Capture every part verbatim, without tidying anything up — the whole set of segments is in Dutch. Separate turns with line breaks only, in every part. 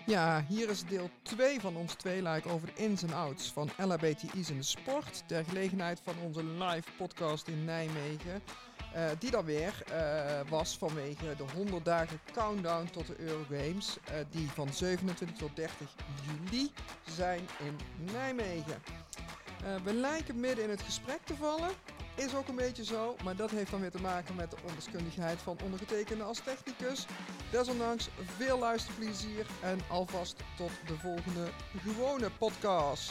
Ja, hier is deel twee van ons tweeluik over de ins en outs van L H B T I's in de sport. Ter gelegenheid van onze live podcast in Nijmegen. Uh, die dan weer uh, was vanwege de honderd dagen countdown tot de Eurogames. Uh, die van zevenentwintig tot dertig juli zijn in Nijmegen. Uh, we lijken midden in het gesprek te vallen. Is ook een beetje zo, maar dat heeft dan weer te maken met de ondeskundigheid van ondergetekende als technicus. Desondanks veel luisterplezier en alvast tot de volgende gewone podcast.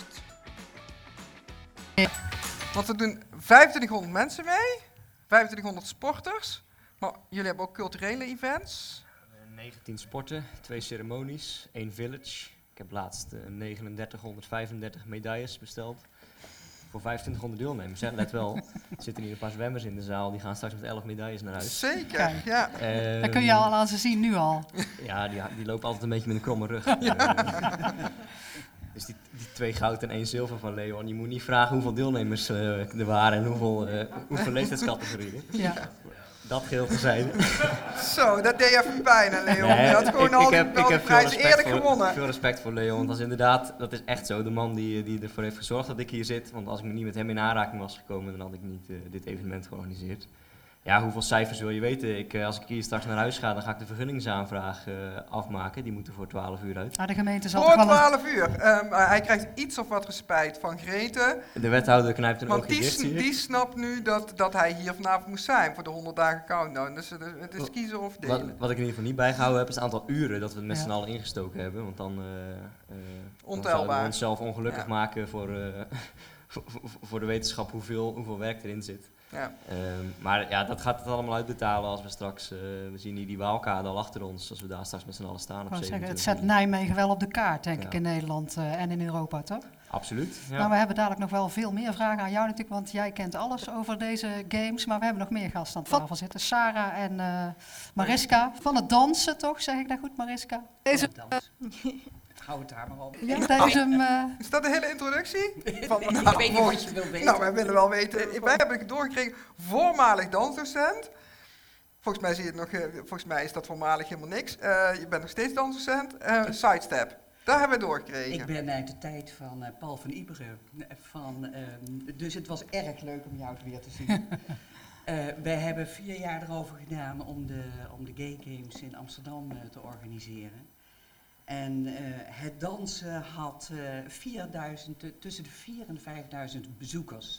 Want er doen vijfentwintighonderd mensen mee, vijfentwintighonderd sporters, maar jullie hebben ook culturele events.
negentien sporten, twee ceremonies, één village. Ik heb laatst uh, negenendertighonderdvijfendertig medailles besteld. Voor vijfentwintighonderd deelnemers. Zeg, let wel, er zitten hier een paar zwemmers in de zaal, die gaan straks met elf medailles naar huis.
Zeker,
Kijk,
ja.
Um, dat kun je al aan ze zien nu al.
Ja, die, die lopen altijd een beetje met een kromme rug. Ja. Uh, dus die, die twee goud en één zilver van Leon, je moet niet vragen hoeveel deelnemers uh, er waren en hoeveel, uh, hoeveel leeftijdscategorieën. Ja. Dat geheel terzijde.
Zo, dat deed even pijn, hè, Leon. Nee, je had gewoon
ik,
al
ik
die,
heb,
al die prijs eerlijk
voor,
gewonnen.
Veel respect voor Leon, want dat is inderdaad, dat is echt zo. De man die, die ervoor heeft gezorgd dat ik hier zit. Want als ik niet met hem in aanraking was gekomen, dan had ik niet uh, dit evenement georganiseerd. Ja, hoeveel cijfers wil je weten? Ik, uh, als ik hier straks naar huis ga, dan ga ik de vergunningsaanvraag uh, afmaken. Die moeten voor twaalf uur uit.
Ah, de gemeente zal
voor
toch wel
twaalf uur. Um, uh, hij krijgt iets of wat respijt van Grete.
De wethouder knijpt een oogje
die,
dicht, zie ik.
die snapt nu dat, dat hij hier vanavond moest zijn voor de honderd dagen countdown. Dus uh, het is kiezen of delen.
Wat, wat ik in ieder geval niet bijgehouden heb, is het aantal uren dat we het met ja. z'n allen ingestoken hebben. Want dan, uh, uh, dan zouden we onszelf ongelukkig ja. maken voor, uh, voor, voor de wetenschap hoeveel, hoeveel werk erin zit. Ja. Um, maar ja, dat gaat het allemaal uitbetalen als we straks, uh, we zien hier die Waalkade al achter ons, als we daar straks met z'n allen staan. Op
zeggen, het zet Nijmegen wel op de kaart, denk ja. ik, in Nederland uh, en in Europa, toch?
Absoluut. Ja.
Maar we hebben dadelijk nog wel veel meer vragen aan jou natuurlijk, want jij kent alles over deze games, maar we hebben nog meer gasten aan tafel zitten. Sarah en uh, Mariska, van het dansen toch, zeg ik dat goed, Mariska? Deze, uh,
Hou het daar maar op.
Ja, deze, uh,
is dat de hele introductie? Van,
nou, ik weet niet wat je wil weten.
Nou, wij willen wel weten. Wij hebben het doorgekregen. Voormalig dansdocent. Volgens mij zie je het nog. Uh, volgens mij is dat voormalig helemaal niks. Uh, je bent nog steeds dansdocent. Uh, sidestep. Daar hebben we doorgekregen.
Ik ben uit de tijd van uh, Paul van Iberen. Van, uh, dus het was erg leuk om jou weer te zien. uh, wij hebben vier jaar erover gedaan om de, om de Gay Games in Amsterdam uh, te organiseren. En uh, het dansen had uh, vierduizend, uh, tussen de vierduizend en vijfduizend bezoekers.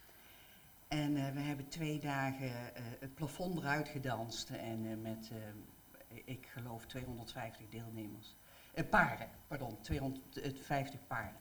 En uh, we hebben twee dagen uh, het plafond eruit gedanst en uh, met, uh, ik geloof, tweehonderdvijftig deelnemers. Uh, paarden, pardon, tweehonderdvijftig paarden.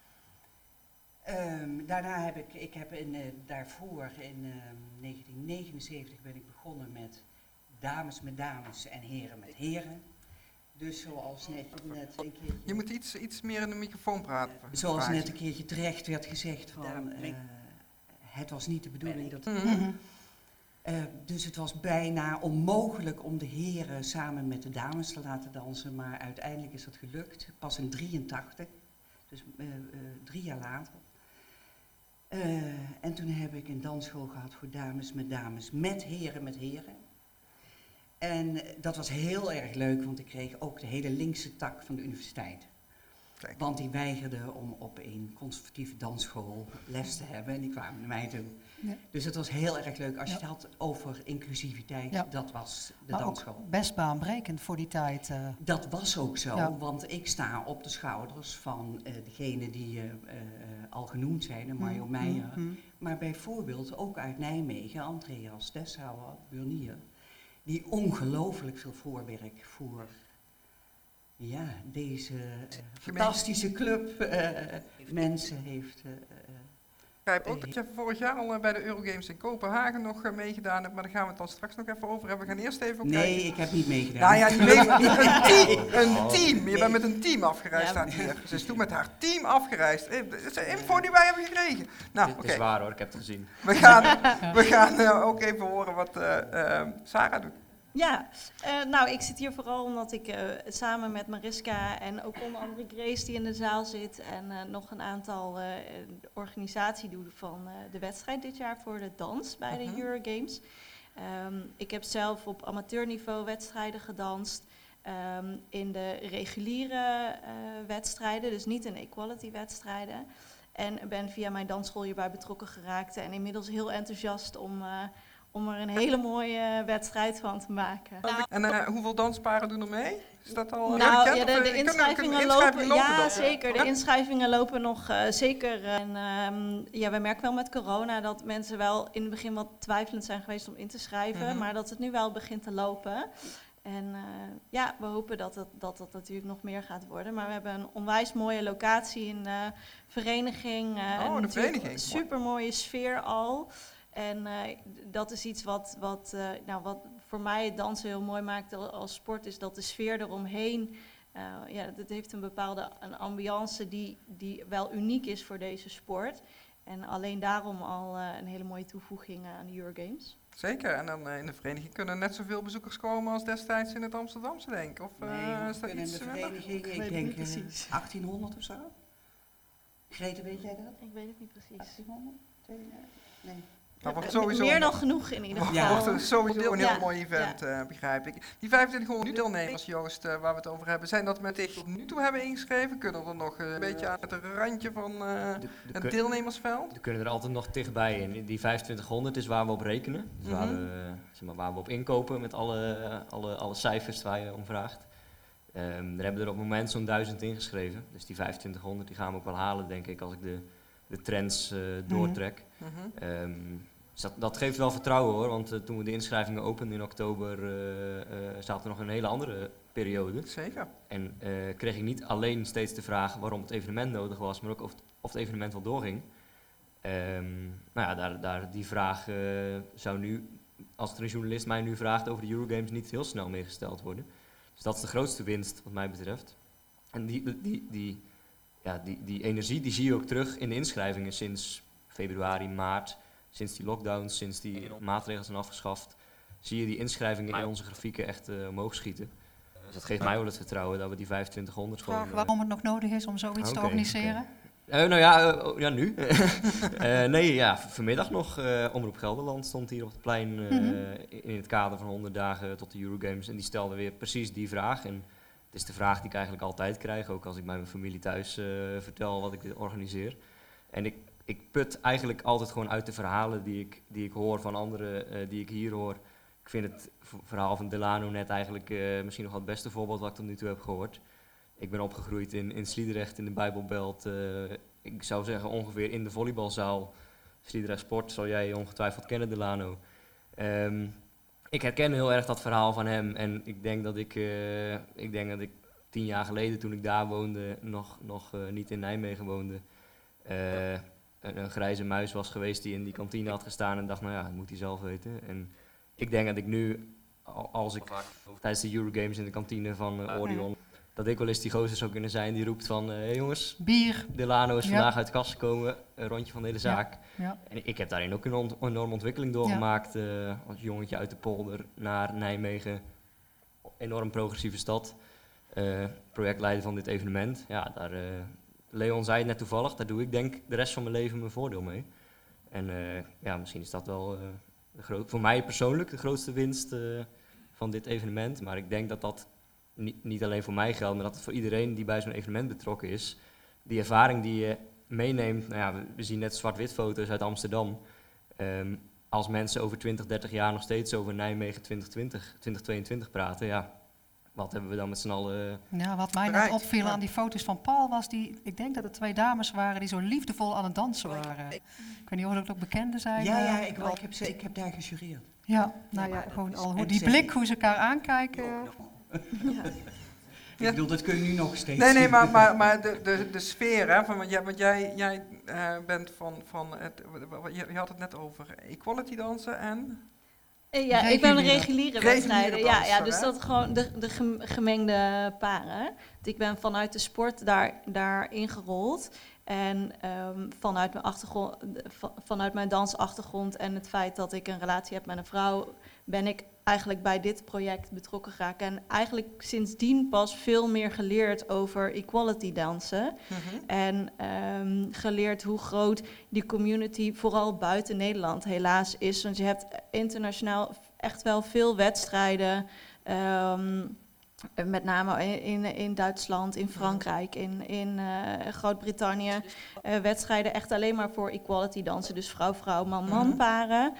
Um, daarna heb ik, ik heb in, uh, daarvoor in uh, negentien negenenzeventig ben ik begonnen met dames met dames en heren met heren. Dus zoals net, net een keertje...
Je moet iets, iets meer in de microfoon praten.
Uh, zoals net een keertje terecht werd gezegd van... Uh, het was niet de bedoeling dat... Mm-hmm. Uh, dus het was bijna onmogelijk om de heren samen met de dames te laten dansen. Maar uiteindelijk is dat gelukt. Pas in drieëntachtig. Dus uh, uh, drie jaar later. Uh, en toen heb ik een dansschool gehad voor dames met dames. Met heren met heren. En dat was heel erg leuk, want ik kreeg ook de hele linkse tak van de universiteit. Kijk. Want die weigerden om op een conservatieve dansschool les te hebben en die kwamen naar mij toe. Ja. Dus het was heel erg leuk. Als je ja. het had over inclusiviteit, ja. dat was de
maar
dansschool.
Ook best baanbrekend voor die tijd. Uh.
Dat was ook zo,
ja.
want ik sta op de schouders van uh, degenen die uh, uh, al genoemd zijn, Mario mm, Meijer. Mm, maar bijvoorbeeld ook uit Nijmegen, Andreas Dessauer, Burnier. Die ongelooflijk veel voorwerk voor ja, deze uh, fantastische club uh, mensen heeft. Uh,
Ik begrijp ook dat je vorig jaar al uh, bij de Eurogames in Kopenhagen nog uh, meegedaan hebt, maar daar gaan we het dan straks nog even over hebben. We gaan eerst even
Nee,
kijken.
ik heb niet meegedaan.
Nou ja, niet mee, een team. Een team. Je bent met een team afgereisd aan hier. Ze is toen met haar team afgereisd. Dat is de info die wij hebben gekregen. Nou,
het
okay.
is waar hoor, ik heb het gezien.
We gaan, we gaan uh, ook even horen wat uh, uh, Sarah doet.
Ja, uh, nou ik zit hier vooral omdat ik uh, samen met Mariska en ook onder andere Grace die in de zaal zit en uh, nog een aantal uh, organisatie doe van uh, de wedstrijd dit jaar voor de dans bij de uh-huh. Eurogames. Um, ik heb zelf op amateurniveau wedstrijden gedanst um, in de reguliere uh, wedstrijden, dus niet in equality wedstrijden. En ben via mijn dansschool hierbij betrokken geraakt en inmiddels heel enthousiast om, uh, om er een hele mooie wedstrijd van te maken.
Nou, en uh, hoeveel dansparen doen er mee? Is dat al
nou,
bekend?
Ja, de, de inschrijvingen, kunnen, kunnen lopen, lopen. Ja,
dan?
zeker. De inschrijvingen lopen nog uh, zeker. En um, ja, we merken wel met corona dat mensen wel in het begin wat twijfelend zijn geweest om in te schrijven, mm-hmm. maar dat het nu wel begint te lopen. En uh, ja, we hopen dat het, dat het natuurlijk nog meer gaat worden. Maar we hebben een onwijs mooie locatie in de vereniging. Uh,
oh, de vereniging.
Een super mooie sfeer al. En uh, dat is iets wat, wat, uh, nou, wat voor mij het dansen heel mooi maakt als sport, is dat de sfeer eromheen, uh, ja, dat heeft een bepaalde een ambiance die, die wel uniek is voor deze sport. En alleen daarom al uh, een hele mooie toevoeging uh, aan de Eurogames.
Zeker, en dan uh, in de vereniging kunnen net zoveel bezoekers komen als destijds in het Amsterdamse, denk ik. Of uh,
nee,
is dat
in
iets
de vereniging, ik, ik denk uh, achttienhonderd of zo. Grete, weet jij dat?
Ik weet het niet precies.
achttienhonderd? Nee.
Nou, wordt sowieso
meer dan genoeg in ieder geval.
Het wordt sowieso een heel
ja.
mooi event, ja. uh, begrijp ik. Die vijfentwintighonderd deelnemers, Joost, uh, waar we het over hebben, zijn dat met tegen tot nu toe hebben ingeschreven? Kunnen we er nog uh, een beetje aan het randje van uh, de, de het deelnemersveld?
We kunnen er altijd nog dichtbij in. Die vijfentwintighonderd is waar we op rekenen. Dus mm-hmm. waar, we, zeg maar, waar we op inkopen met alle, alle, alle cijfers waar je om vraagt. Um, er hebben er op het moment zo'n duizend ingeschreven. Dus die vijfentwintighonderd die gaan we ook wel halen, denk ik, als ik de, de trends uh, doortrek. Mm-hmm. Um, Dus dat, dat geeft wel vertrouwen hoor, want uh, toen we de inschrijvingen openden in oktober uh, uh, zaten we nog in een hele andere periode.
Zeker.
En uh, kreeg ik niet alleen steeds de vraag waarom het evenement nodig was, maar ook of, of het evenement wel doorging. Um, nou ja, daar, daar, die vraag uh, zou nu, als er een journalist mij nu vraagt over de Eurogames, niet heel snel meer gesteld worden. Dus dat is de grootste winst wat mij betreft. En die, die, die, ja, die, die energie die zie je ook terug in de inschrijvingen sinds februari, maart. Sinds die lockdowns, sinds die maatregelen zijn afgeschaft, zie je die inschrijvingen in onze grafieken echt uh, omhoog schieten. Dus dat geeft mij wel het vertrouwen dat we die vijfentwintighonderd gewoon...
Uh, waarom het nog nodig is om zoiets okay, te organiseren?
Okay. Uh, nou ja, uh, ja nu. uh, nee, ja, vanmiddag nog. Uh, Omroep Gelderland stond hier op het plein uh, mm-hmm. in het kader van honderd dagen tot de Eurogames. En die stelde weer precies die vraag. En het is de vraag die ik eigenlijk altijd krijg, ook als ik bij mijn familie thuis uh, vertel wat ik dit organiseer. En ik... Ik put eigenlijk altijd gewoon uit de verhalen die ik, die ik hoor van anderen, uh, die ik hier hoor. Ik vind het verhaal van Delano net eigenlijk uh, misschien nog wel het beste voorbeeld wat ik tot nu toe heb gehoord. Ik ben opgegroeid in, in Sliedrecht, in de Bijbelbelt. Uh, ik zou zeggen ongeveer in de volleybalzaal. Sliedrecht Sport zal jij ongetwijfeld kennen, Delano. Um, ik herken heel erg dat verhaal van hem. En ik denk dat ik, uh, ik, denk dat ik tien jaar geleden, toen ik daar woonde, nog, nog uh, niet in Nijmegen woonde... Uh, Een, een grijze muis was geweest die in die kantine had gestaan en dacht, nou ja, dat moet hij zelf weten. En ik denk dat ik nu, als ik tijdens de Eurogames in de kantine van uh, Orion, dat ik wel eens die gozer zou kunnen zijn die roept van, hé uh, hey jongens,
bier.
Delano is ja. vandaag uit de kast gekomen, een rondje van de hele zaak.
Ja. Ja.
En ik heb daarin ook een on- enorme ontwikkeling doorgemaakt, ja. uh, als jongetje uit de polder naar Nijmegen, enorm progressieve stad, uh, projectleider van dit evenement. Ja, daar... Uh, Leon zei het net toevallig, daar doe ik denk de rest van mijn leven mijn voordeel mee. En uh, ja, misschien is dat wel uh, de gro- voor mij persoonlijk de grootste winst uh, van dit evenement. Maar ik denk dat dat niet, niet alleen voor mij geldt, maar dat het voor iedereen die bij zo'n evenement betrokken is. Die ervaring die je meeneemt, nou ja, we, we zien net zwart-wit foto's uit Amsterdam. Um, als mensen over twintig, dertig jaar nog steeds over Nijmegen twintig twintig, twintig tweeëntwintig praten, ja... Wat hebben we dan met z'n allen...
Ja, wat mij net opviel aan die foto's van Paul was die... Ik denk dat het twee dames waren die zo liefdevol aan het dansen waren. Ik weet niet of dat ook bekenden zijn.
Ja, ja ik, wel, ik, heb, ze, ik heb daar gejureerd.
Ja, nou ja, ja gewoon al hoe die blik, hoe ze elkaar aankijken.
Ja. Ik bedoel, dat kun je nu nog steeds
Nee, nee, maar, maar, maar de, de, de sfeer, hè, van, want jij, want jij, jij uh, bent van... van het, je, je had het net over equality dansen en...
Ja, reguliere. Ik ben een reguliere wedstrijden. Ja, ja, dus dat gewoon de, de gemengde paren. Ik ben vanuit de sport daar, daar ingerold. En um, vanuit, mijn achtergrond, vanuit mijn dansachtergrond en het feit dat ik een relatie heb met een vrouw, ben ik eigenlijk bij dit project betrokken geraakt. En eigenlijk sindsdien pas veel meer geleerd over equality dansen. Mm-hmm. En um, geleerd hoe groot die community, vooral buiten Nederland, helaas is. Want je hebt internationaal echt wel veel wedstrijden. Um, met name in, in Duitsland, in Frankrijk, in, in uh, Groot-Brittannië, uh, wedstrijden echt alleen maar voor equality dansen. Dus vrouw-vrouw, man-man paren.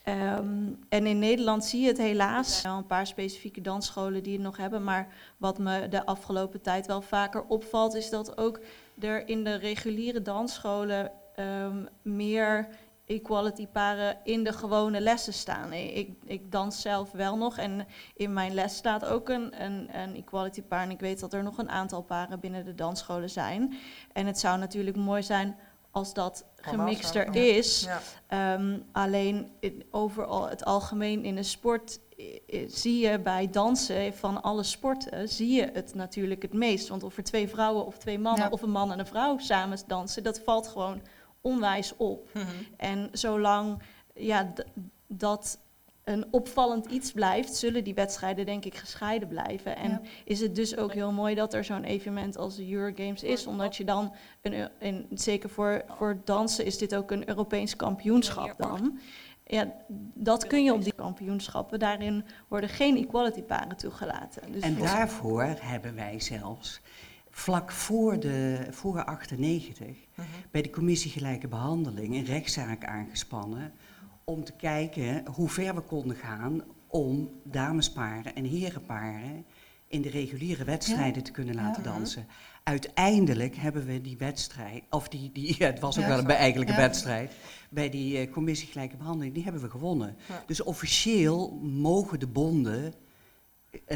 Um, en in Nederland zie je het helaas. Wel een paar specifieke dansscholen die het nog hebben. Maar wat me de afgelopen tijd wel vaker opvalt, is dat ook er in de reguliere dansscholen um, meer equality paren in de gewone lessen staan. Ik, ik dans zelf wel nog en in mijn les staat ook een, een, een equality paar. En ik weet dat er nog een aantal paren binnen de dansscholen zijn. En het zou natuurlijk mooi zijn als dat gemixter is. Ja. Um, alleen in, overal het algemeen in de sport uh, zie je bij dansen van alle sporten, zie je het natuurlijk het meest. Want of er twee vrouwen of twee mannen ja. of een man en een vrouw samen dansen, dat valt gewoon onwijs op. Mm-hmm. En zolang ja, d- dat een opvallend iets blijft, zullen die wedstrijden denk ik gescheiden blijven. En ja. is het dus ook heel mooi dat er zo'n evenement als de Eurogames is, omdat je dan, een, een, zeker voor, voor dansen is dit ook een Europees kampioenschap dan. Ja, dat kun je op die kampioenschappen. Daarin worden geen equality paren toegelaten. Dus
en daarvoor hebben wij zelfs vlak voor, de, voor achtennegentig uh-huh. bij de Commissie Gelijke Behandeling een rechtszaak aangespannen om te kijken hoe ver we konden gaan om damesparen en herenparen in de reguliere wedstrijden ja. te kunnen laten ja. dansen. Uiteindelijk hebben we die wedstrijd, of die, die ja, het was ook ja, wel een eigenlijk een ja. wedstrijd, bij die uh, Commissie Gelijke Behandeling, die hebben we gewonnen. Ja. Dus officieel mogen de bonden Uh,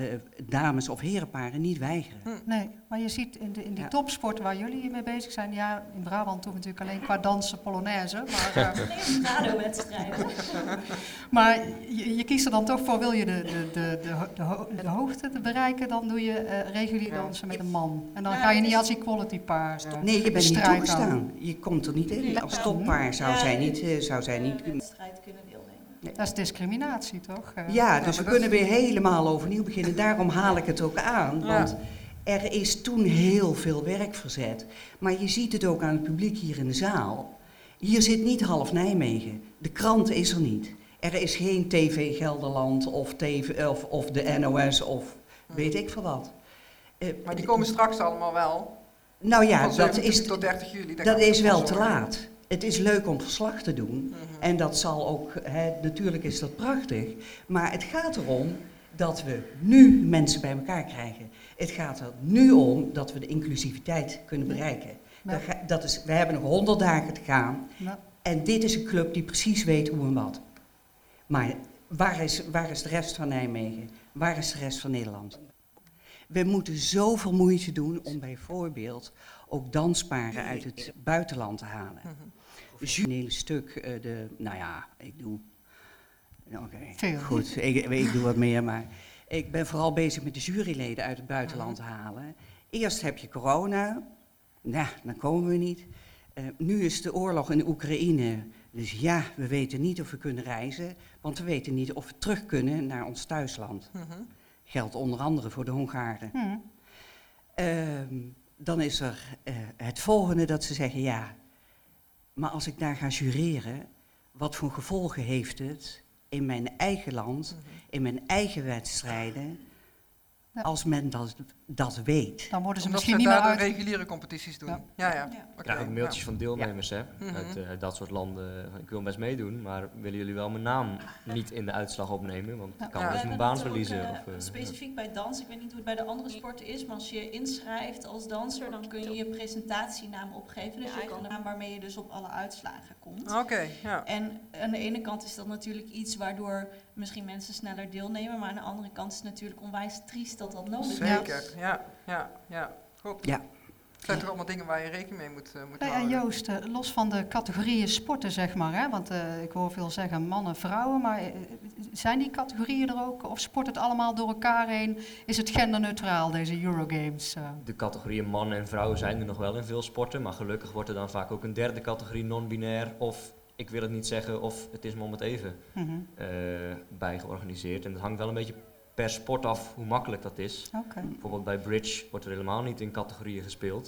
dames- of herenparen niet weigeren.
Nee, maar je ziet in, de, in die ja. topsport waar jullie mee bezig zijn, ja, in Brabant doen we natuurlijk alleen qua dansen, polonaise, maar... Uh,
nee, radiowedstrijden.
Maar je, je kiest er dan toch voor, wil je de, de, de, de, de, ho- de hoogte te bereiken, dan doe je uh, regulier dansen met een man. En dan ja, ga je niet als equality paar stoppen.
Nee, je bent niet toegestaan. Je komt er niet in. Als toppaar zou ja, zij niet... Uh, zou zij niet
de wedstrijd kunnen deelnemen.
Nee. Dat is discriminatie, toch? Uh,
ja, dus ja, we kunnen weer helemaal overnieuw beginnen. Daarom haal ik het ook aan. Ja. Want er is toen heel veel werk verzet. Maar je ziet het ook aan het publiek hier in de zaal. Hier zit niet half Nijmegen. De krant is er niet. Er is geen T V Gelderland of, T V, of, of de N O S of weet ik veel wat.
Uh, maar die komen straks allemaal wel?
Nou ja, dat is,
tot dertig juli.
Dat is wel te laat. Het is leuk om verslag te doen mm-hmm. en dat zal ook, hè, natuurlijk is dat prachtig, maar het gaat erom dat we nu mensen bij elkaar krijgen. Het gaat er nu om dat we de inclusiviteit kunnen bereiken. Ja. Dat, ga, dat is, we hebben nog honderd dagen te gaan ja. en dit is een club die precies weet hoe en wat. Maar waar is, waar is de rest van Nijmegen? Waar is de rest van Nederland? We moeten zoveel moeite doen om bijvoorbeeld ook dansparen uit het buitenland te halen. Mm-hmm. Dus het hele stuk, uh, de, nou ja, ik doe, oké, okay, goed, ik, ik doe wat meer, maar ik ben vooral bezig met de juryleden uit het buitenland te halen. Eerst heb je corona, nou, dan komen we niet. Uh, nu is de oorlog in de Oekraïne, dus ja, we weten niet of we kunnen reizen, want we weten niet of we terug kunnen naar ons thuisland. Mm-hmm. Geldt onder andere voor de Hongaren. Mm. Uh, dan is er uh, het volgende dat ze zeggen, ja, maar als ik daar ga jureren, wat voor gevolgen heeft het in mijn eigen land, mm-hmm. in mijn eigen wedstrijden, ja. als men dat, dat weet.
Dan worden ze
Omdat
misschien
ze
niet meer
uit...
uit...
reguliere competities doen. Ja, ja. ja.
ja. Okay. krijg ook mailtjes ja. van deelnemers ja. hè, mm-hmm. uit uh, dat soort landen. Ik wil best meedoen, maar willen jullie wel mijn naam niet in de uitslag opnemen? Want ik kan ja. dus mijn baan verliezen.
Ook, uh,
of, uh,
specifiek bij dans, ik weet niet hoe het bij de andere sporten is, maar als je je inschrijft als danser, dan kun je je presentatienaam opgeven. Dus je kan de naam waarmee je dus op alle uitslagen komt.
Oké, okay, ja.
En aan de ene kant is dat natuurlijk iets waardoor misschien mensen sneller deelnemen, maar aan de andere kant is het natuurlijk onwijs triest dat dat nodig
Zeker.
is.
Zeker, ja, ja, ja. Goed.
Ja.
Het zijn toch allemaal dingen waar je rekening mee moet, uh, moet
hey,
houden.
En Joost, uh, los van de categorieën sporten, zeg maar, hè, want uh, ik hoor veel zeggen mannen, vrouwen, maar uh, zijn die categorieën er ook? Of sport het allemaal door elkaar heen? Is het genderneutraal, deze Eurogames? Uh?
De categorieën mannen en vrouwen zijn er nog wel in veel sporten, maar gelukkig wordt er dan vaak ook een derde categorie non-binair of ik wil het niet zeggen of het is me om het even mm-hmm. uh, bij georganiseerd. En dat hangt wel een beetje per sport af hoe makkelijk dat is.
Okay.
Bijvoorbeeld bij bridge wordt er helemaal niet in categorieën gespeeld.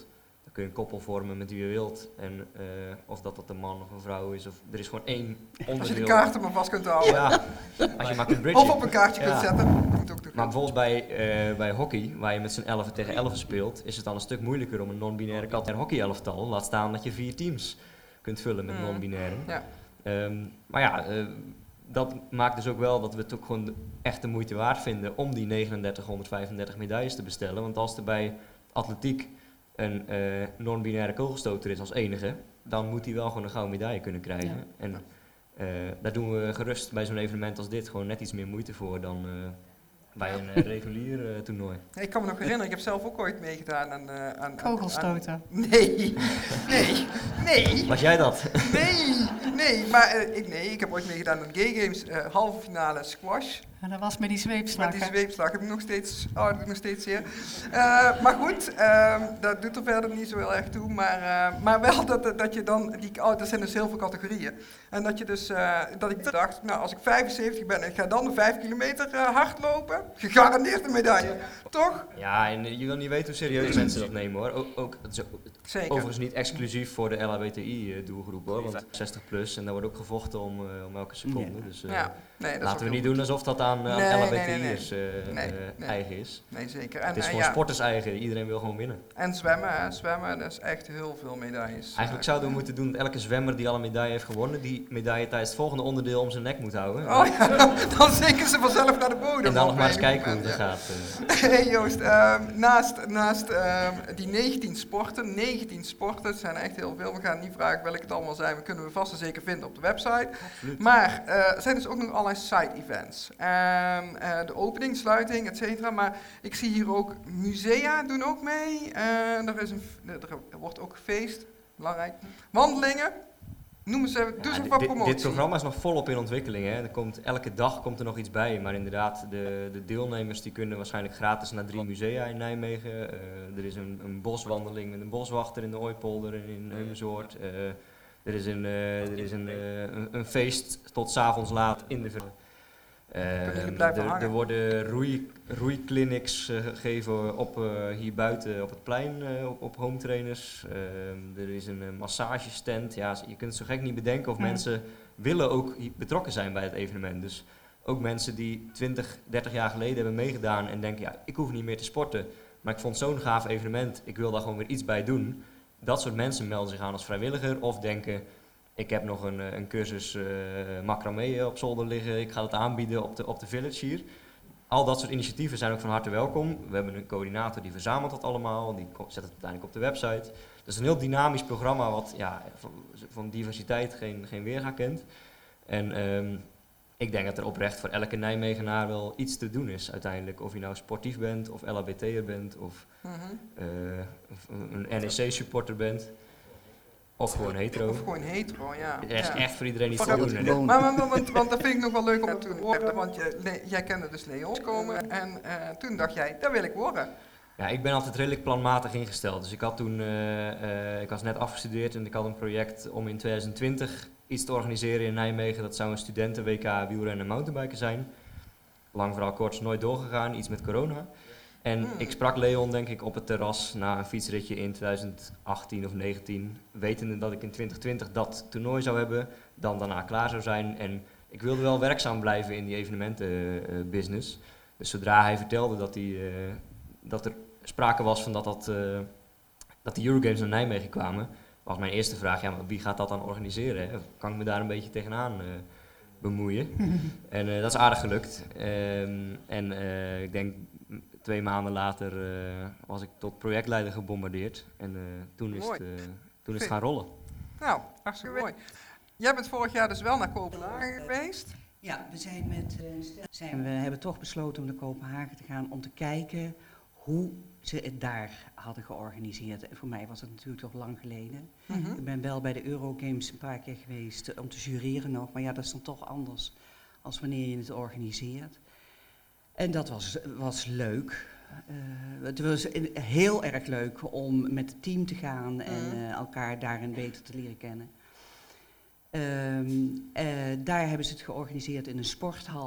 Dan kun je een koppel vormen met wie je wilt. En uh, of dat dat een man of een vrouw is. Of, er is gewoon één onderdeel.
Als je de kaarten maar vast kunt houden.
Ja, als je maar kunt bridgen.
Of op een kaartje ja. kunt zetten. Moet ook
maar bijvoorbeeld bij, uh, bij hockey, waar je met z'n elfen tegen elfen speelt, is het dan een stuk moeilijker om een non-binaire kat en hockey-elftal. Laat staan dat je vier teams kunt vullen met mm. non-binairen. Ja. Um, maar ja, uh, dat maakt dus ook wel dat we het ook gewoon echt de moeite waard vinden om die drieduizend negenhonderdvijfendertig medailles te bestellen. Want als er bij atletiek een uh, non-binaire kogelstoter is als enige, dan moet hij wel gewoon een gouden medaille kunnen krijgen. Ja. En uh, daar doen we gerust bij zo'n evenement als dit gewoon net iets meer moeite voor dan uh, bij een uh, regulier uh, toernooi.
Ja, ik kan me nog herinneren, ik heb zelf ook ooit meegedaan aan... Uh, aan
kogelstoten.
Aan, nee, nee, nee.
Was jij dat?
Nee, nee, maar uh, ik, nee, ik heb ooit meegedaan aan Gay Games, uh, halve finale squash.
En dat was met die zweepslag.
Met die zweepslag heb ik nog steeds, oh, dat doe ik nog steeds zeer. Uh, maar goed, uh, dat doet er verder niet zo heel erg toe. Maar, uh, maar wel dat, dat je dan, die, oh, er zijn dus heel veel categorieën. En dat je dus, uh, dat ik dacht, nou als ik vijfenzeventig ben en ik ga dan de vijf kilometer uh, hardlopen, gegarandeerd een medaille, toch?
Ja, en je wil niet weten hoe serieus mensen dat nemen hoor. Ook, ook, het is
Zeker.
Overigens niet exclusief voor de L H B T I doelgroep hoor, want zestig plus en daar wordt ook gevochten om, uh, om elke seconde. Dus uh, ja. nee, laten we niet doen alsof dat aan uh, nee, L H B T I'ers nee, nee, nee. uh, nee, nee. eigen is.
Nee, zeker. En,
het is
en,
gewoon
ja.
sporters eigen, iedereen wil gewoon winnen.
En zwemmen, hè. zwemmen, dat is echt heel veel medailles.
Eigenlijk zouden we moeten doen dat elke zwemmer die al een medaille heeft gewonnen, die medaille tijdens het volgende onderdeel om zijn nek moet houden.
Oh ja, dan, dan zinken ze vanzelf naar de bodem.
En dan nog maar eens kijken moment, hoe het ja.
gaat. Uh. Hey Joost, um, naast, naast um, die negentien sporten, negentien sporten, het zijn echt heel veel, we gaan niet vragen welke het allemaal zijn, we kunnen we vast en zeker vinden op de website. Absoluut. Maar uh, er zijn dus ook nog allerlei side-events. Um, uh, de opening, sluiting, et cetera. Maar ik zie hier ook musea doen ook mee. Uh, er, is een, er wordt ook gefeest, belangrijk. Wandelingen. Noem eens even, doe eens ja, wat promotie.
Dit programma is nog volop in ontwikkeling. Hè. Er komt, elke dag komt er nog iets bij. Maar inderdaad, de, de deelnemers die kunnen waarschijnlijk gratis naar drie musea in Nijmegen. Uh, er is een, een boswandeling met een boswachter in de Ooipolder en in Heumensoord. Uh, er is, een, uh, er is een, uh, een, een feest tot 's avonds laat in de... Uh, er, er worden roei, roeiclinics uh, gegeven op, uh, hier buiten op het plein uh, op, op home trainers. Uh, er is een uh, massagestand. Ja, je kunt het zo gek niet bedenken of mm. mensen willen ook betrokken zijn bij het evenement. Dus ook mensen die twintig, dertig jaar geleden hebben meegedaan en denken, ja, ik hoef niet meer te sporten, maar ik vond zo'n gaaf evenement, ik wil daar gewoon weer iets bij doen. Dat soort mensen melden zich aan als vrijwilliger of denken, ik heb nog een, een cursus uh, macramé op zolder liggen, ik ga dat aanbieden op de, op de village hier. Al dat soort initiatieven zijn ook van harte welkom. We hebben een coördinator die verzamelt dat allemaal, die zet het uiteindelijk op de website. Dat is een heel dynamisch programma wat ja, van, van diversiteit geen, geen weerga kent. En um, ik denk dat er oprecht voor elke Nijmegenaar wel iets te doen is uiteindelijk. Of je nou sportief bent, of L H B T'er bent, of mm-hmm. uh, een N E C-supporter bent. Of gewoon hetero.
Of gewoon hetero, ja.
Er is
ja.
echt voor iedereen iets te doen.
doen. Maar, maar, maar want, want dat vind ik nog wel leuk om te doen. Want je, le, jij kende dus Leon komen en uh, toen dacht jij, dat wil ik worden.
Ja, ik ben altijd redelijk planmatig ingesteld. Dus ik had toen, uh, uh, ik was net afgestudeerd en ik had een project om in twintig twintig iets te organiseren in Nijmegen. Dat zou een studenten-W K wielrennen en mountainbiken zijn. Lang verhaal kort, is nooit doorgegaan, iets met corona. En hmm. ik sprak Leon, denk ik, op het terras na een fietsritje in twintig achttien of negentien, wetende dat ik in twintig twintig dat toernooi zou hebben, dan daarna klaar zou zijn. En ik wilde wel werkzaam blijven in die evenementenbusiness. Uh, dus zodra hij vertelde dat, die, uh, dat er sprake was van dat, dat, uh, dat de Eurogames naar Nijmegen kwamen, was mijn eerste vraag, ja, maar wie gaat dat dan organiseren? Hè? Kan ik me daar een beetje tegenaan uh, bemoeien? En uh, dat is aardig gelukt. Um, en uh, ik denk... Twee maanden later uh, was ik tot projectleider gebombardeerd en uh, toen, is het, uh, toen is het gaan rollen.
Nou, hartstikke mooi. Jij bent vorig jaar dus wel naar Kopenhagen geweest?
Ja, we zijn met uh, zijn we hebben toch besloten om naar Kopenhagen te gaan om te kijken hoe ze het daar hadden georganiseerd. En voor mij was het natuurlijk toch lang geleden. Mm-hmm. Ik ben wel bij de Eurogames een paar keer geweest uh, om te jureren nog, maar ja, dat is dan toch anders als wanneer je het organiseert. En dat was, was leuk. Uh, het was heel erg leuk om met het team te gaan en uh, elkaar daarin beter te leren kennen. Um, uh, daar hebben ze het georganiseerd in een sporthal.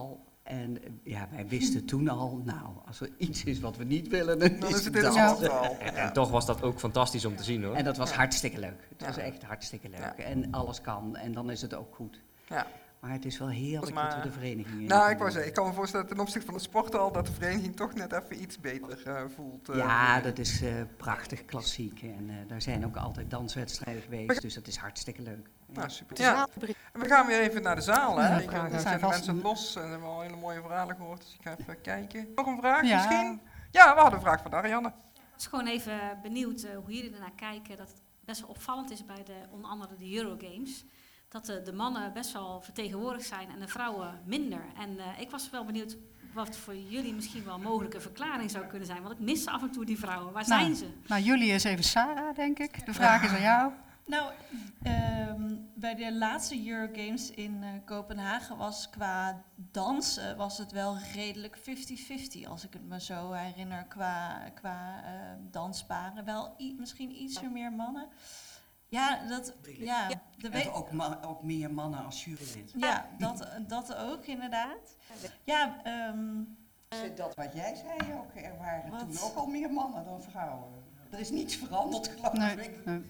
En ja, wij wisten toen al, nou, als er iets is wat we niet willen, dan,
Dan
is
is het
het
in
dat.
het al.
En, en toch was dat ook fantastisch om te zien hoor.
En dat was
Ja.
hartstikke leuk. Het
Ja.
was echt hartstikke leuk.
Ja.
En alles kan en dan is het ook goed.
Ja.
Maar het is wel heerlijk
Maar-
dat we de vereniging...
Nou, ik wou zeggen, ik kan me voorstellen ten opzichte van de sporten al dat de vereniging toch net even iets beter uh, voelt. Uh,
Ja, dat is uh, prachtig klassiek. En uh, daar zijn ook altijd danswedstrijden geweest, dus dat is hartstikke leuk.
Nou, super. Ja. En we gaan weer even naar de zaal. Hè?
Ja,
Ik,
vragen
er
zijn
zijn
vast-
mensen los en we hebben al hele mooie verhalen gehoord, dus ik ga even kijken. Nog een vraag
Ja.
misschien? Ja, we hadden een vraag van Ariane.
Ik was gewoon even benieuwd uh, hoe jullie ernaar kijken. Dat het best wel opvallend is bij de, onder andere de Eurogames. Dat de, de mannen best wel vertegenwoordigd zijn en de vrouwen minder. En uh, ik was wel benieuwd wat voor jullie misschien wel een mogelijke verklaring zou kunnen zijn. Want ik mis af en toe die vrouwen. Waar
Nou,
zijn ze?
Nou, jullie is even Sarah, denk ik. De vraag is aan jou.
Nou, um, bij de laatste Eurogames in uh, Kopenhagen was qua dansen was het wel redelijk vijftig vijftig, als ik het me zo herinner, qua, qua uh, dansparen. Wel i- misschien iets meer mannen. Ja, dat, ja, de
En ook, ma- ook meer mannen als jurylid.
ja dat, dat ook inderdaad. Ja, um,
Is dat wat jij zei ook? Er waren
Wat?
toen ook al meer mannen dan vrouwen. Er is niets veranderd, geloof
Nee,
ik.
nee.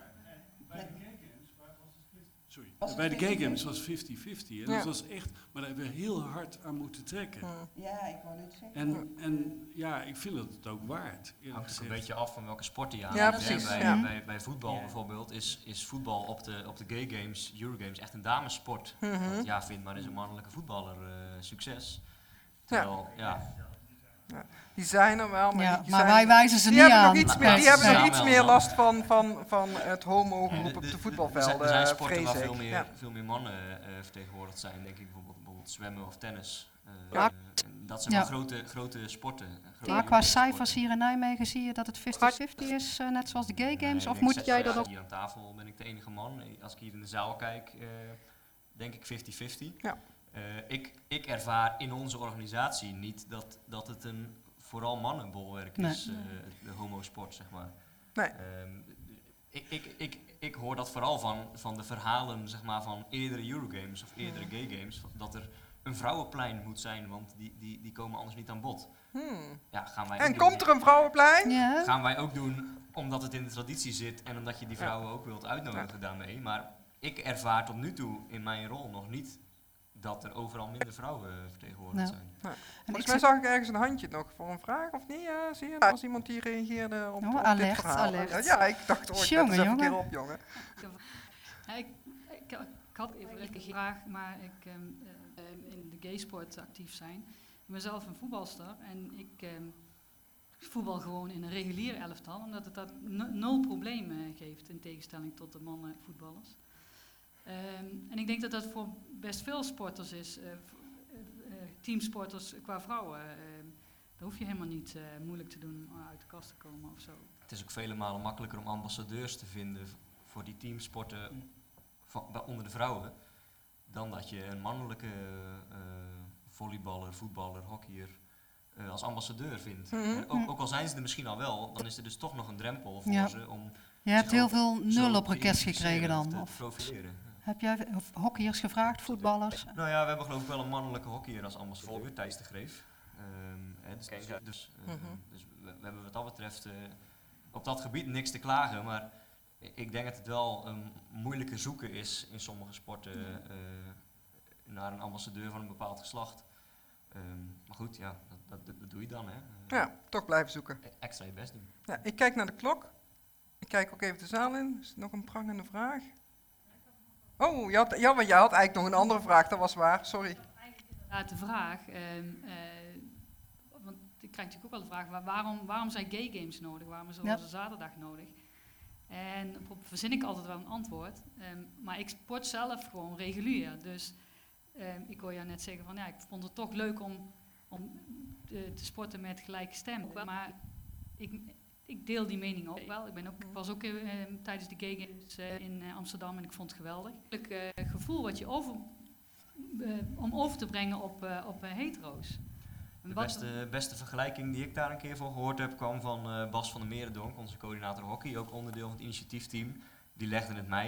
Sorry.
Was het
Bij de
vijftig
Gay Games was het vijftig vijftig. En
Ja.
dat was echt, maar daar hebben we heel hard aan moeten trekken.
Ja, ik wou net zeggen.
En, en ja, ik vind het het ook waard.
Het
eerlijk
hangt ook een
gezegd.
beetje af van welke sport je aan
Ja,
hebt, hè.
precies,
Bij,
ja.
bij, bij voetbal
Ja.
bijvoorbeeld is, is voetbal op de, op de Gay Games, Eurogames, echt een damesport.
Mhm.
Want ja, vind maar is een mannelijke voetballer uh, succes. Terwijl, ja,
Die zijn er wel, maar,
Ja,
die
maar
zijn,
wij wijzen ze
die
niet
hebben
aan.
nog iets meer,
Ja,
die hebben
ja,
nog
ja,
iets
wel,
meer
wel.
last van, van, van het homo-groep op de
er zijn,
voetbalvelden,
er zijn sporten
vrees
waar
ik.
veel meer,
Ja.
veel meer mannen uh, vertegenwoordigd zijn, denk ik bijvoorbeeld, bijvoorbeeld zwemmen of tennis. Uh,
Ja.
uh, dat zijn
Ja.
wel grote, grote sporten. uh, grote
Maar qua
sporten.
cijfers hier in Nijmegen zie je dat het vijftig vijftig is, uh, net zoals de Gay Games?
Nee,
Of
ik
moet
zeg-
jij
ja,
dat ook?
Hier aan tafel ben ik de enige man. Als ik hier in de zaal kijk, uh, denk ik vijftig vijftig.
Ja.
Uh, ik, ik ervaar in onze organisatie niet dat, dat het een vooral mannenbolwerk
Nee.
is, uh, de homosport, zeg maar.
Nee.
Um, ik, ik, ik, ik hoor dat vooral van, van de verhalen zeg maar, van eerdere Eurogames of eerdere Gay Games, dat er een vrouwenplein moet zijn, want die, die, die komen anders niet aan bod.
Hmm.
Ja, gaan wij
En
ook
komt
doen.
er een vrouwenplein?
Ja.
Gaan wij ook doen omdat het in de traditie zit en omdat je die vrouwen ook wilt uitnodigen daarmee. Maar ik ervaar tot nu toe in mijn rol nog niet dat er overal minder vrouwen vertegenwoordigd
Nou.
zijn.
En ik
Volgens mij
zit-
zag ik ergens een handje nog voor een vraag, of niet? Ja, zie je? Er was iemand die reageerde op,
Oh,
op dit
alert,
verhaal.
alert.
Ja, ik dacht, oh, ik
Jongen,
let eens even een keer
jongen.
op, jongen.
Ja, ik, ik, ik had even een vraag, maar ik um, uh, in de gaysport actief zijn. Ik ben zelf een voetbalster en ik um, voetbal gewoon in een regulier elftal, omdat het dat n- nul problemen geeft in tegenstelling tot de mannen voetballers. Um, en ik denk dat dat voor best veel sporters is, uh, v- uh, teamsporters qua vrouwen. Uh, daar hoef je helemaal niet uh, moeilijk te doen om uit de kast te komen of zo.
Het is ook vele malen makkelijker om ambassadeurs te vinden v- voor die teamsporten van, bij- onder de vrouwen, dan dat je een mannelijke uh, volleyballer, voetballer, hockeyer uh, als ambassadeur vindt.
Mhm.
En ook, ook al zijn ze er misschien al wel, dan is er dus toch nog een drempel voor
Ja.
ze om
Je hebt
zich
heel
ook
veel
zo
nul op
te
request
identificeren
gekregen
of
dan?
te
Of
profileren. Ja.
heb jij of hockeyers gevraagd, voetballers?
Nou ja, we hebben geloof ik wel een mannelijke hockeyer als ambassadeur, Thijs de Greef. Um, hè, dus dus, uh,
Mhm.
dus we, we hebben wat dat betreft uh, op dat gebied niks te klagen, maar ik denk dat het wel een moeilijke zoeken is in sommige sporten uh, naar een ambassadeur van een bepaald geslacht. Um, maar goed, ja, dat, dat, dat doe je dan, hè. Uh,
Ja, toch blijven zoeken.
Extra je best doen.
Ja, ik kijk naar de klok. Ik kijk ook even de zaal in. Is er nog een prangende vraag? Oh, je had, ja, maar jij had eigenlijk nog een andere vraag, dat was waar, sorry.
Inderdaad de vraag, um, uh, want ik krijg natuurlijk ook wel de vraag, waar, waarom, waarom zijn gay games nodig? Waarom is er
Ja.
onze zaterdag nodig? En op verzin ik altijd wel een antwoord, um, maar ik sport zelf gewoon regulier. Dus um, ik hoor jou net zeggen van ja, ik vond het toch leuk om, om te, te sporten met gelijke stem. Maar ik, ik deel die mening ook wel. Ik ben ook, was ook uh, tijdens de gay games uh, in uh, Amsterdam en ik vond het geweldig. Het uh, gevoel wat je over... Uh, om over te brengen op, uh, op uh, hetero's.
De
Wat-
beste, beste vergelijking die ik daar een keer voor gehoord heb, kwam van uh, Bas van der Merendonk, onze coördinator hockey, ook onderdeel van het initiatiefteam. Die legde het mij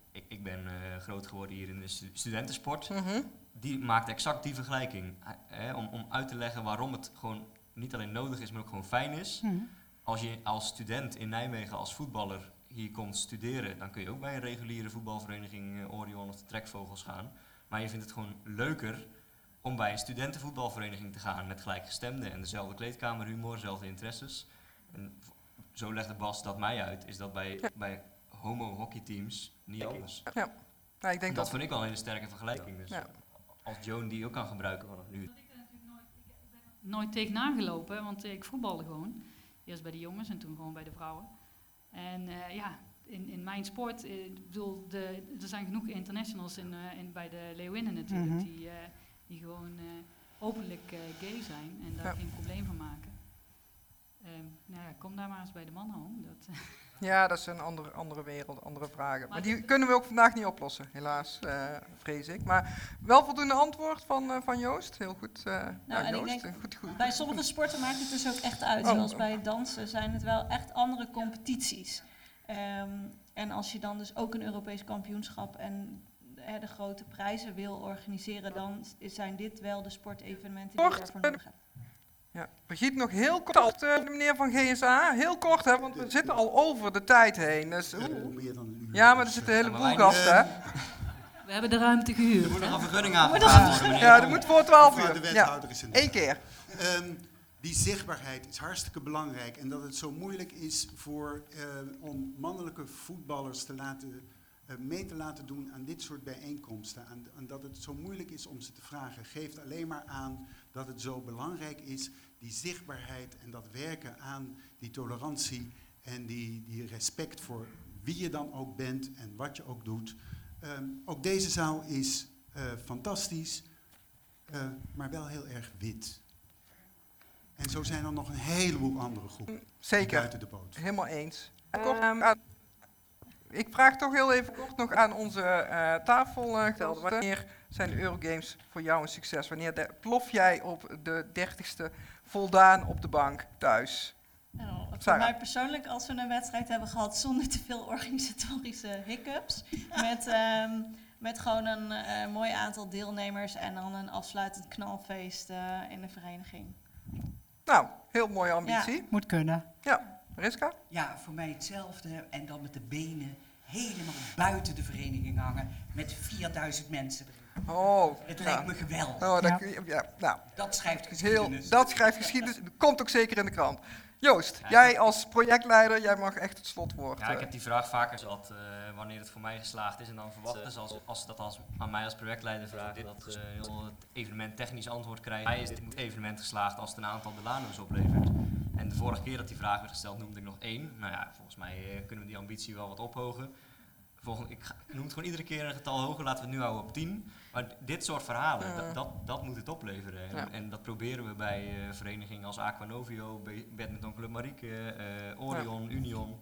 ik, ik ben uh, groot geworden hier in de stu- studentensport.
Mm-hmm.
Die maakt exact die vergelijking. Hè, om, om uit te leggen waarom het gewoon niet alleen nodig is, maar ook gewoon fijn is.
Mm.
Als je als student in Nijmegen als voetballer hier komt studeren, dan kun je ook bij een reguliere voetbalvereniging uh, Orion of de Trekvogels gaan. Maar je vindt het gewoon leuker om bij een studentenvoetbalvereniging te gaan met gelijkgestemden en dezelfde kleedkamerhumor, dezelfde interesses. En zo legde Bas dat mij uit, is dat bij, ja. bij homo-hockeyteams niet anders.
Ja. Nou, ik denk
dat
dat
vind ik wel een hele sterke vergelijking. Dus
ja.
als Joan die ook kan gebruiken vanaf nu.
Nooit tegenaan gelopen, want ik voetbalde gewoon. Eerst bij de jongens en toen gewoon bij de vrouwen. En uh, ja, in, in mijn sport, uh, ik bedoel, de, er zijn genoeg internationals in, uh, in, bij de Leeuwinnen natuurlijk, mm-hmm. die, uh, die gewoon uh, openlijk uh, gay zijn en daar ja. geen probleem van maken. Um, nou ja, kom daar maar eens bij de mannen om. Dat,
ja, dat is een andere, andere wereld, andere vragen. Maar, maar die kunnen we ook vandaag niet oplossen, helaas, uh, vrees ik. Maar wel voldoende antwoord van, uh, van Joost. Heel goed. Uh,
nou,
nou,
en
Joost,
ik denk,
goed, goed,
bij
goed,
sommige
goed.
sporten maakt het dus ook echt uit. Oh, Zoals bij dansen zijn het wel echt andere competities. Um, en als je dan dus ook een Europees kampioenschap en hè, de grote prijzen wil organiseren, dan zijn dit wel de sportevenementen die je daarvoor nodig hebt.
Ja. Brigitte, nog heel kort, uh, de meneer van G S A. Heel kort, hè, want we zitten al over de tijd heen. Dus, uh,
meer dan een uur.
Ja, maar er zitten een heleboel gasten, hè.
We hebben de ruimte gehuurd.
Er moet nog een vergunning aangevraagd worden.
Ja, dat moet voor twaalf uur.
De wethouder
ja.
is er
Eén keer.
Um, die zichtbaarheid is hartstikke belangrijk. En dat het zo moeilijk is voor, uh, om mannelijke voetballers te laten, uh, mee te laten doen aan dit soort bijeenkomsten. En, en dat het zo moeilijk is om ze te vragen, geeft alleen maar aan dat het zo belangrijk is, die zichtbaarheid en dat werken aan die tolerantie en die, die respect voor wie je dan ook bent en wat je ook doet. Um, ook deze zaal is uh, fantastisch, uh, maar wel heel erg wit. En zo zijn er nog een heleboel andere groepen.
Zeker,
buiten de boot.
Helemaal eens. Kort, um, aan, ik vraag toch heel even kort nog aan onze uh, tafel. Uh, wanneer zijn de Eurogames voor jou een succes? Wanneer de, plof jij op de dertigste voldaan op de bank thuis?
Nou, voor Sarah. Mij persoonlijk, als we een wedstrijd hebben gehad zonder te veel organisatorische hiccups. Met, um, met gewoon een uh, mooi aantal deelnemers en dan een afsluitend knalfeest uh, in de vereniging.
Nou, heel mooie ambitie.
Ja. Moet kunnen.
Ja, Mariska?
Ja, voor mij hetzelfde. En dan met de benen helemaal buiten de vereniging hangen met vierduizend mensen erin.
Oh,
het
ja.
lijkt me geweldig.
Oh, dat, ja. Ja, nou,
dat schrijft geschiedenis.
Heel, dat schrijft geschiedenis. Dat komt ook zeker in de krant. Joost, ja, jij als projectleider, jij mag echt het slotwoord.
Ja, ik heb die vraag vaker gehad, uh, wanneer het voor mij geslaagd is. En dan verwachten ze, als, als ze dat als, aan mij als projectleider vragen, dat uh, heel het evenement technisch antwoord krijgt. Mij is dit evenement geslaagd als het een aantal Delano's oplevert. En de vorige keer dat die vraag werd gesteld, noemde ik nog één. Nou ja, volgens mij uh, kunnen we die ambitie wel wat ophogen. Volgende, ik, ga, ik noem het gewoon iedere keer een getal hoger, laten we het nu houden op tien. Maar dit soort verhalen, uh. dat, dat, dat moet het opleveren. En, ja. en dat proberen we bij uh, verenigingen als Aquanovio, Badminton Club Marieke, uh, Orion, ja. Union.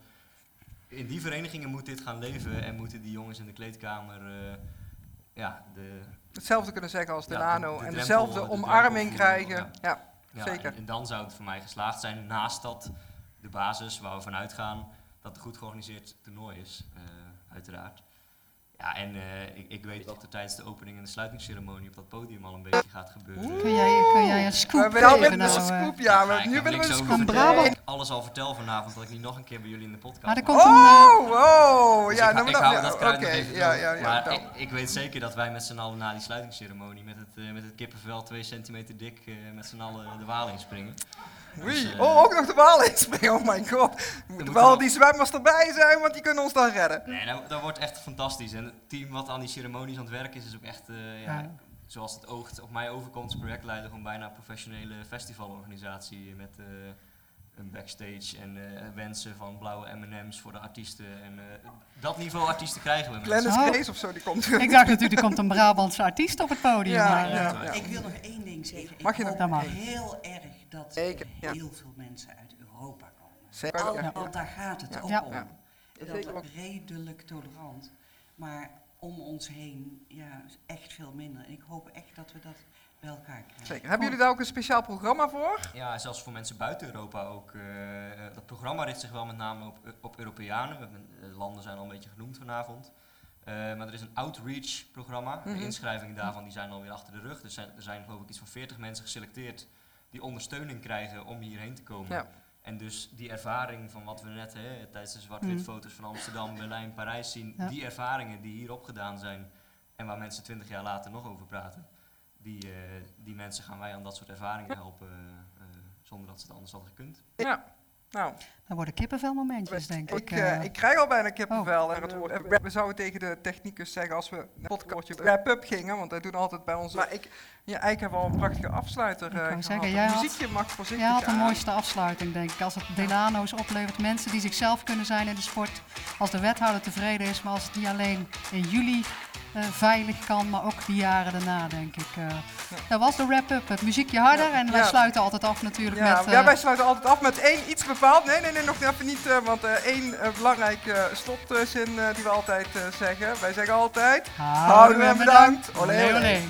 In die verenigingen moet dit gaan leven en moeten die jongens in de kleedkamer uh, ja, de,
hetzelfde kunnen zeggen als Delano
ja, de, de
en
drempel,
dezelfde
de
omarming krijgen. Ja, ja,
ja
zeker.
En, en dan zou het voor mij geslaagd zijn, naast dat de basis waar we van uitgaan, dat het goed georganiseerd toernooi is. Uh, Uiteraard. Ja, en uh, ik, ik weet wat er tijdens de opening en de sluitingsceremonie op dat podium al een beetje gaat gebeuren.
Kun jij, kun jij een scoop
we
geven?
Nou,
nou,
een scoop, ja.
ja
nu willen we een
scoop. Brabant.
Ik alles al vertel vanavond, dat ik niet nog een keer bij jullie in de podcast
maar er
kom.
komt
oh,
een, uh,
oh,
dus
ja.
Ik,
Nou,
ik
dat,
hou
ja,
dat kruid
okay,
nog even
ja, ja, ja,
Maar
ja,
ik, ik weet zeker dat wij met z'n allen na die sluitingsceremonie met het, uh, met het kippenvel twee centimeter dik uh, met z'n allen de Waal inspringen.
Dus,
uh,
oh, ook nog de Waal inspringen, oh my god. Moeten wel die zwemmers erbij zijn, want die kunnen ons dan redden.
Nee, nou, dat wordt echt fantastisch. En het team wat aan die ceremonies aan het werken is, is ook echt, uh, ja, ja. zoals het oogt, op mij overkomt als projectleider, gewoon bijna een professionele festivalorganisatie met uh, een backstage en uh, wensen van blauwe M en M's voor de artiesten. En uh, dat niveau artiesten krijgen we.
Glennis
oh.
Grace of zo, die komt.
Ik dacht natuurlijk, er komt een Brabantse artiest op het podium.
Ja,
maar,
ja,
uh,
ja.
Ik wil nog één ding zeggen.
Mag je
ik
dat?
hoop heel erg dat
Zeker, ja.
heel veel mensen uit Europa komen.
Zeker,
Al,
ja.
Want daar gaat het
ja.
ook
ja.
om.
Ja.
Dat
Zeker ook.
redelijk tolerant. Maar om ons heen ja, echt veel minder. En ik hoop echt dat we dat bij elkaar krijgen.
Zeker. Hebben jullie daar ook een speciaal programma voor?
Ja, zelfs voor mensen buiten Europa ook. Uh, dat programma richt zich wel met name op, op Europeanen. De landen zijn al een beetje genoemd vanavond. Uh, maar er is een outreach-programma. Mm-hmm. De inschrijvingen daarvan die zijn alweer achter de rug. Dus zijn, er zijn geloof ik iets van veertig mensen geselecteerd die ondersteuning krijgen om hierheen te komen. Ja. En dus die ervaring van wat we net hè, tijdens de zwart-wit mm. foto's van Amsterdam, Berlijn, Parijs zien, ja. die ervaringen die hier opgedaan zijn en waar mensen twintig jaar later nog over praten, die, uh, die mensen gaan wij aan dat soort ervaringen helpen uh, uh, zonder dat ze het anders hadden gekund.
Ja. Nou,
dan worden kippenvelmomentjes, denk ik.
Ik, uh, ik krijg al bijna kippenvel. Oh. En het woord, we, we zouden tegen de technicus zeggen als we een podcastje wrap-up gingen, want wij doen altijd bij ons. Maar ik, ja, eigenlijk hebben we al een prachtige afsluiter uh, gehad.
Zeggen, jij
het muziekje mag voorzichtig
Jij had de
aan.
mooiste afsluiting, denk ik. Als het Delano's oplevert, mensen die zichzelf kunnen zijn in de sport. Als de wethouder tevreden is, maar als het niet alleen in juli uh, veilig kan, maar ook die jaren daarna, denk ik. Uh, ja. Dat was de wrap-up. Het muziekje harder ja. en wij ja. sluiten altijd af natuurlijk
ja,
met... Uh,
ja, wij sluiten altijd af met één iets bepaald. Nee, nee, nee, nog even niet, uh, want uh, één uh, belangrijke slotzin uh, die we altijd uh, zeggen. Wij zeggen altijd... Houden en bedankt. Olé, olé.